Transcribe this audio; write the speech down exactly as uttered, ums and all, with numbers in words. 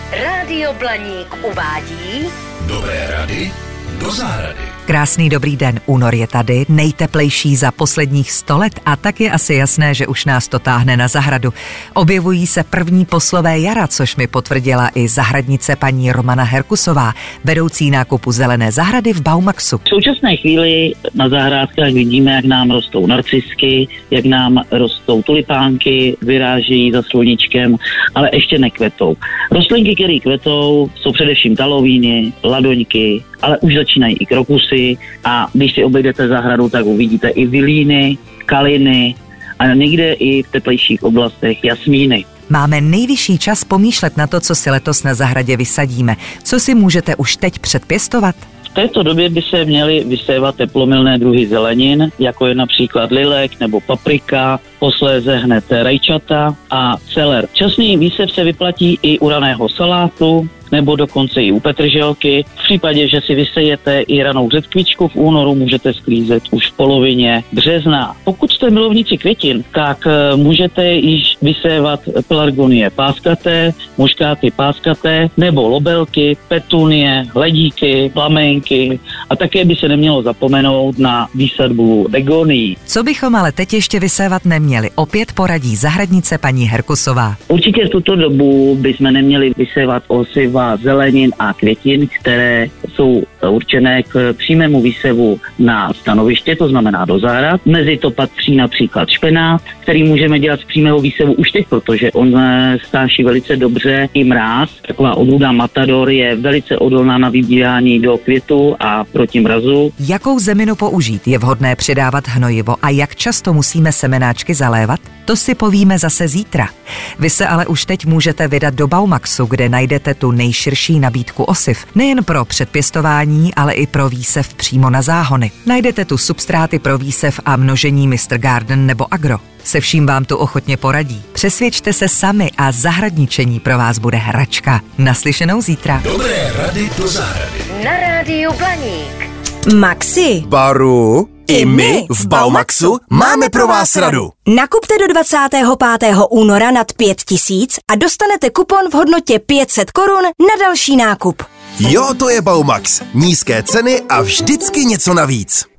Rádio Blaník uvádí Dobré rady do zahrady. Krásný dobrý den, únor je tady, nejteplejší za posledních sto let a tak je asi jasné, že už nás to táhne na zahradu. Objevují se první poslové jara, což mi potvrdila i zahradnice paní Romana Herkusová, vedoucí nákupu zelené zahrady v Baumaxu. V současné chvíli na zahrádkách vidíme, jak nám rostou narcisky, jak nám rostou tulipánky, vyrážejí za sluníčkem, ale ještě nekvetou. Rostlinky, které kvetou, jsou především talovíny, ladoňky, ale už začínají i krokusy a když si obejdete zahradu, tak uvidíte i vilíny, kaliny a někde i v teplejších oblastech jasmíny. Máme nejvyšší čas pomýšlet na to, co si letos na zahradě vysadíme. Co si můžete už teď předpěstovat? V této době by se měly vysévat teplomilné druhy zelenin, jako je například lilek nebo paprika, posléze hned rajčata a celer. Časný výsev se vyplatí i u raného salátu, nebo dokonce i u petrželky. V případě, že si vysejete i ranou řetkvičku v únoru, můžete sklízet už v polovině března. Pokud jste milovníci květin, tak můžete již vysévat pelargonie páskaté, muškáty páskaté, nebo lobelky, petunie, ledíky, plamenky a také by se nemělo zapomenout na výsadbu begonií. Co bychom ale teď ještě vysévat neměli? Opět poradí zahradnice paní Herkusová. Určitě v tuto dobu bychom neměli vysévat osiva zelenin a květin, které jsou určené k přímému výsevu na stanoviště, to znamená do zahrad. Mezi to patří například špenát, který můžeme dělat z přímého výsevu už teď, protože on snáší velice dobře i mráz. Taková odrůda Matador je velice odolná na vybírání do květu a proti mrazu. Jakou zeminu použít? Je vhodné přidávat hnojivo a jak často musíme semenáčky zalévat? To si povíme zase zítra. Vy se ale už teď můžete vydat do Baumaxu, kde najdete tu nejširší nabídku osiv. Nejen pro předpěstování, ale i pro výsev přímo na záhony. Najdete tu substráty pro výsev a množení mister Garden nebo Agro. Se vším vám tu ochotně poradí. Přesvědčte se sami a zahradničení pro vás bude hračka. Naslyšenou zítra. Dobré rady do zahrady. na Rádiu Blaník. Maxi, Baru, i my v Baumaxu máme pro vás radu. nakupte do dvacátého pátého února nad pět tisíc a dostanete kupon v hodnotě pět set korun na další nákup. Jo, to je Baumax. Nízké ceny a vždycky něco navíc.